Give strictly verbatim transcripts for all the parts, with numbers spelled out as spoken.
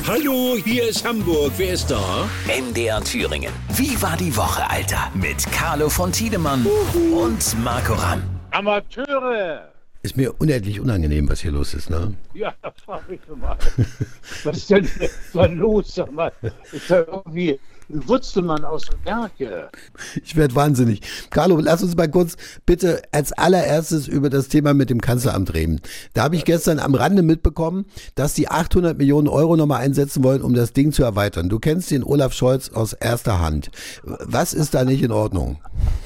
Hallo, hier ist Hamburg. Wer ist da? M D R Thüringen. Wie war die Woche, Alter? Mit Carlo von Tiedemann Uhu. und Marco Ramm. Amateure! Ist mir unendlich unangenehm, was hier los ist, ne? Ja, das frag ich schon mal. Was ist denn so los? Sag mal, ist da irgendwie ein Wurzelmann aus dem Berge? Ich werde wahnsinnig. Carlo, lass uns mal kurz bitte als allererstes über das Thema mit dem Kanzleramt reden. Da habe ich gestern am Rande mitbekommen, dass die achthundert Millionen Euro nochmal einsetzen wollen, um das Ding zu erweitern. Du kennst den Olaf Scholz aus erster Hand. Was ist da nicht in Ordnung?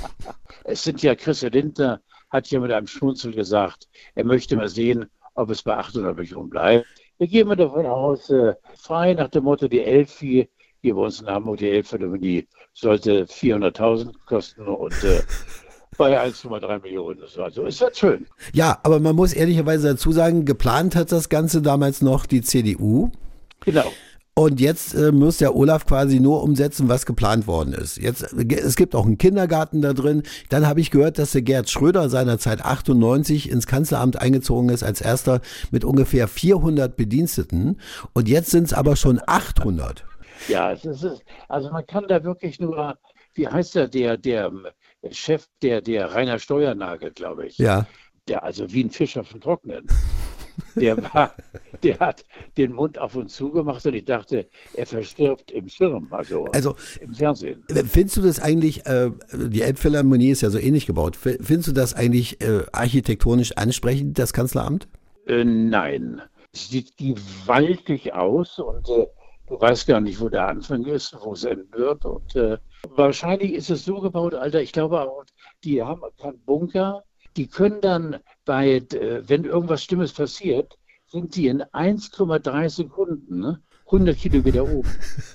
Es sind ja, Christian Lindner hat ja mit einem Schmunzel gesagt, er möchte mal sehen, ob es bei achthundert Millionen bleibt. Wir gehen mal davon aus, äh, frei nach dem Motto, die Elfi, hier bei uns in Hamburg, die Elbphilharmonie sollte vierhunderttausend kosten und äh, bei eins Komma drei Millionen. Also ist das schön. Ja, aber man muss ehrlicherweise dazu sagen, geplant hat das Ganze damals noch die C D U. Genau. Und jetzt äh, muss der Olaf quasi nur umsetzen, was geplant worden ist. Jetzt, es gibt auch einen Kindergarten da drin. Dann habe ich gehört, dass der Gerd Schröder seinerzeit achtundneunzig ins Kanzleramt eingezogen ist als erster mit ungefähr vierhundert Bediensteten. Und jetzt sind es aber schon achthundert. Ja, es ist, also man kann da wirklich nur, wie heißt der, der, der Chef, der, der Rainer Steuernagel, glaube ich. Ja. Der, also wie ein Fisch auf dem Trocknen. Der war, der hat den Mund auf und zu gemacht und ich dachte, er verstirbt im Schirm, also, also im Fernsehen. Findest du das eigentlich, äh, die Elbphilharmonie ist ja so ähnlich gebaut, findest du das eigentlich äh, architektonisch ansprechend, das Kanzleramt? Äh, nein, es sieht gewaltig aus und äh, du weißt gar nicht, wo der Anfang ist, wo es enden wird und äh, wahrscheinlich ist es so gebaut, Alter, ich glaube auch, die haben keinen Bunker. Die können dann bei, wenn irgendwas Schlimmes passiert, sind die in eins Komma drei Sekunden ne, hundert Kilometer oben.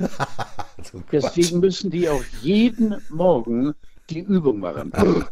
So Deswegen müssen die auch jeden Morgen die Übung machen.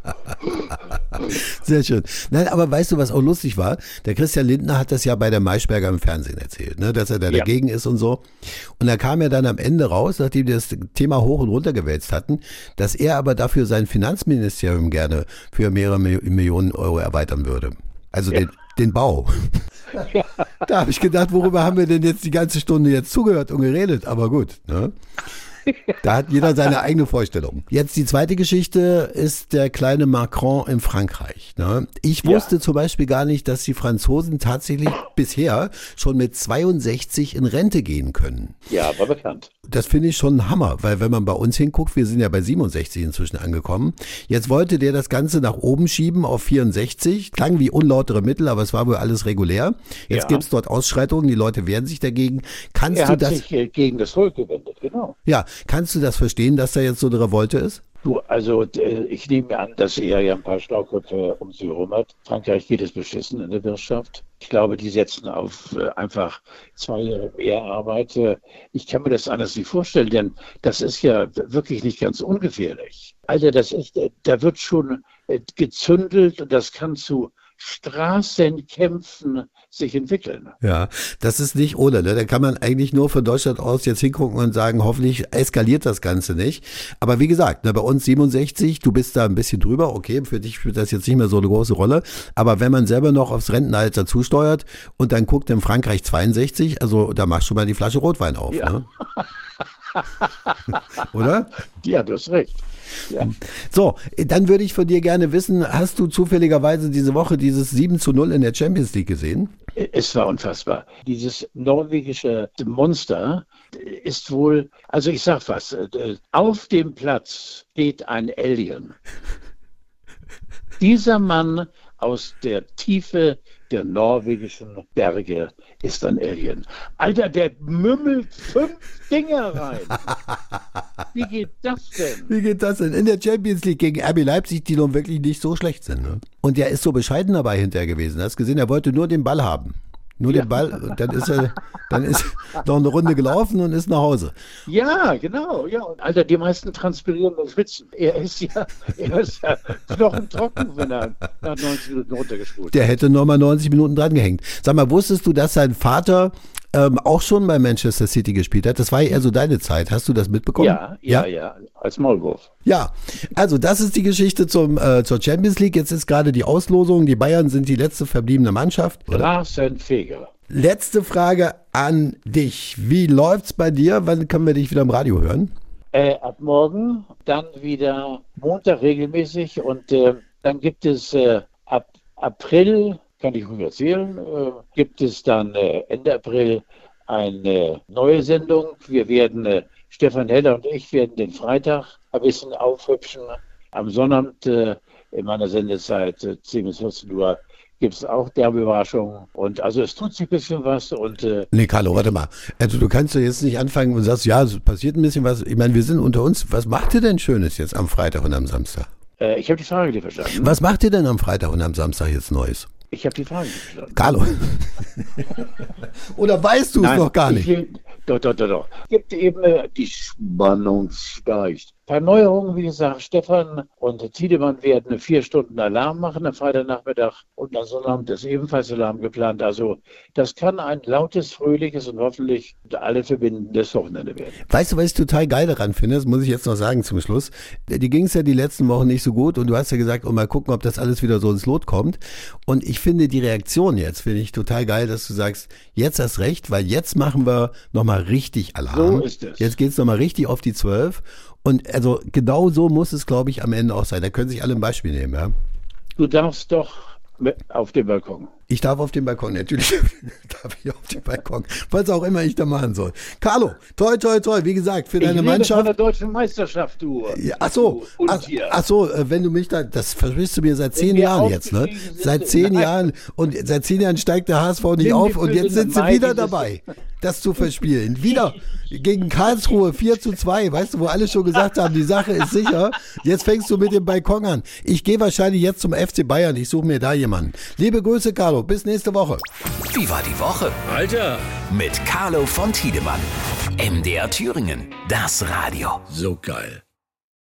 Sehr schön. Nein, aber weißt du, was auch lustig war? Der Christian Lindner hat das ja bei der Maischberger im Fernsehen erzählt, ne, dass er da ja. dagegen ist und so. Und da kam er dann am Ende raus, nachdem die das Thema hoch und runter gewälzt hatten, dass er aber dafür sein Finanzministerium gerne für mehrere Millionen Euro erweitern würde. Also ja. den, den Bau. Ja. Da habe ich gedacht, worüber haben wir denn jetzt die ganze Stunde jetzt zugehört und geredet? Aber gut, ne? Da hat jeder seine eigene Vorstellung. Jetzt die zweite Geschichte ist der kleine Macron in Frankreich. Ne? Ich wusste ja. zum Beispiel gar nicht, dass die Franzosen tatsächlich bisher schon mit zweiundsechzig in Rente gehen können. Ja, war bekannt. Das finde ich schon ein Hammer, weil wenn man bei uns hinguckt, wir sind ja bei siebenundsechzig inzwischen angekommen. Jetzt wollte der das Ganze nach oben schieben auf vierundsechzig. Klang wie unlautere Mittel, aber es war wohl alles regulär. Jetzt ja. gibt es dort Ausschreitungen, die Leute wehren sich dagegen. Kannst er du hat das sich gegen das Volk gewendet, genau. Ja, kannst du das verstehen, dass da jetzt so eine Revolte ist? Du, also ich nehme an, dass er ja ein paar Schlauköpfe um sich herum hat. Frankreich geht es beschissen in der Wirtschaft. Ich glaube, die setzen auf äh, einfach zwei Jahre mehr Arbeit. Ich kann mir das anders nicht vorstellen, denn das ist ja wirklich nicht ganz ungefährlich. Alter, das ist, da wird schon äh, gezündelt und das kann zu Straßenkämpfen sich entwickeln. Ja, das ist nicht ohne. Ne? Da kann man eigentlich nur von Deutschland aus jetzt hingucken und sagen, hoffentlich eskaliert das Ganze nicht. Aber wie gesagt, ne, bei uns siebenundsechzig, du bist da ein bisschen drüber. Okay, für dich spielt das jetzt nicht mehr so eine große Rolle. Aber wenn man selber noch aufs Rentenalter zusteuert und dann guckt in Frankreich zweiundsechzig, also da machst du mal die Flasche Rotwein auf. Ja. Ne? Oder? Ja, du hast recht. Ja. So, dann würde ich von dir gerne wissen, hast du zufälligerweise diese Woche dieses sieben zu null in der Champions League gesehen? Es war unfassbar. Dieses norwegische Monster ist wohl, also ich sag was, auf dem Platz steht ein Alien. Dieser Mann aus der Tiefe der norwegischen Berge ist ein Alien. Alter, der mümmelt fünf Dinger rein. Wie geht das denn? Wie geht das denn? In der Champions League gegen R B Leipzig, die nun wirklich nicht so schlecht sind. Ne? Und der ist so bescheiden dabei hinterher gewesen. Hast gesehen, er wollte nur den Ball haben. Nur ja. den Ball, dann ist er, dann ist noch eine Runde gelaufen und ist nach Hause. Ja, genau, ja. Und Alter, die meisten transpirieren und schwitzen. Er ist ja, er ist ja knochentrocken, wenn er nach neunzig Minuten runtergespult. Der hätte nochmal neunzig Minuten dran gehängt. Sag mal, wusstest du, dass sein Vater ähm, auch schon bei Manchester City gespielt hat? Das war ja eher so deine Zeit. Hast du das mitbekommen? Ja, ja, ja, ja, als Maulwurf. Ja, also das ist die Geschichte zum, äh, zur Champions League. Jetzt ist gerade die Auslosung. Die Bayern sind die letzte verbliebene Mannschaft. Rasenfeger. letzte Frage an dich. Wie läuft's bei dir? Wann können wir dich wieder im Radio hören? Äh, ab morgen, dann wieder Montag regelmäßig und äh, dann gibt es äh, ab April, kann ich ruhig erzählen, äh, gibt es dann äh, Ende April eine neue Sendung. Wir werden, äh, Stefan Heller und ich werden den Freitag ein bisschen aufhübschen. Am Sonnabend äh, in meiner Sendezeit äh, zehn bis vierzehn Uhr gibt es auch derbe Überraschungen. Und also es tut sich ein bisschen was. Und, äh, nee, Carlo, warte mal. Also du kannst doch jetzt nicht anfangen und sagst, ja, es passiert ein bisschen was. Ich meine, wir sind unter uns. Was macht ihr denn Schönes jetzt am Freitag und am Samstag? Äh, ich habe die Frage nicht verstanden. Was macht ihr denn am Freitag und am Samstag jetzt Neues? Ich habe die Frage nicht verstanden. Carlo. Oder weißt du es noch gar nicht? Will, doch, doch, doch, doch. Es gibt eben äh, die Spannung steigt. Ein paar Neuerungen, wie gesagt, Stefan und Tiedemann werden vier Stunden Alarm machen am Freitagnachmittag und am Sonnabend ist ebenfalls Alarm geplant. Also das kann ein lautes, fröhliches und hoffentlich alle verbindendes Wochenende werden. Weißt du, was ich total geil daran finde? Das muss ich jetzt noch sagen zum Schluss. Die ging es ja die letzten Wochen nicht so gut und du hast ja gesagt, oh, mal gucken, ob das alles wieder so ins Lot kommt. Und ich finde die Reaktion jetzt, finde ich total geil, dass du sagst, jetzt hast recht, weil jetzt machen wir nochmal richtig Alarm. So ist es. Jetzt geht es nochmal richtig auf die zwölf. Und also genau so muss es, glaube ich, am Ende auch sein. Da können sich alle ein Beispiel nehmen, ja. Du darfst doch auf dem Balkon. Ich darf auf dem Balkon, natürlich darf ich auf dem Balkon, was auch immer ich da machen soll. Carlo, toi, toi, toi, wie gesagt, für ich deine rede Mannschaft. Von der deutschen Meisterschaft, du. Ja, ach so, du ach, ach so, wenn du mich da, das versprichst du mir seit zehn Jahren jetzt, ne? Seit zehn Nein. Jahren und seit zehn Jahren steigt der H S V nicht Nimm auf die und jetzt Füße sind sie dabei, wieder dieses- dabei, das zu verspielen. Wieder gegen Karlsruhe vier zu zwei, weißt du, wo alle schon gesagt haben, die Sache ist sicher. Jetzt fängst du mit dem Balkon an. Ich gehe wahrscheinlich jetzt zum F C Bayern, ich suche mir da jemanden. Liebe Grüße, Carlo, bis nächste Woche. Wie war die Woche? Alter, Mit Carlo von Tiedemann. M D R Thüringen, das Radio. so geil.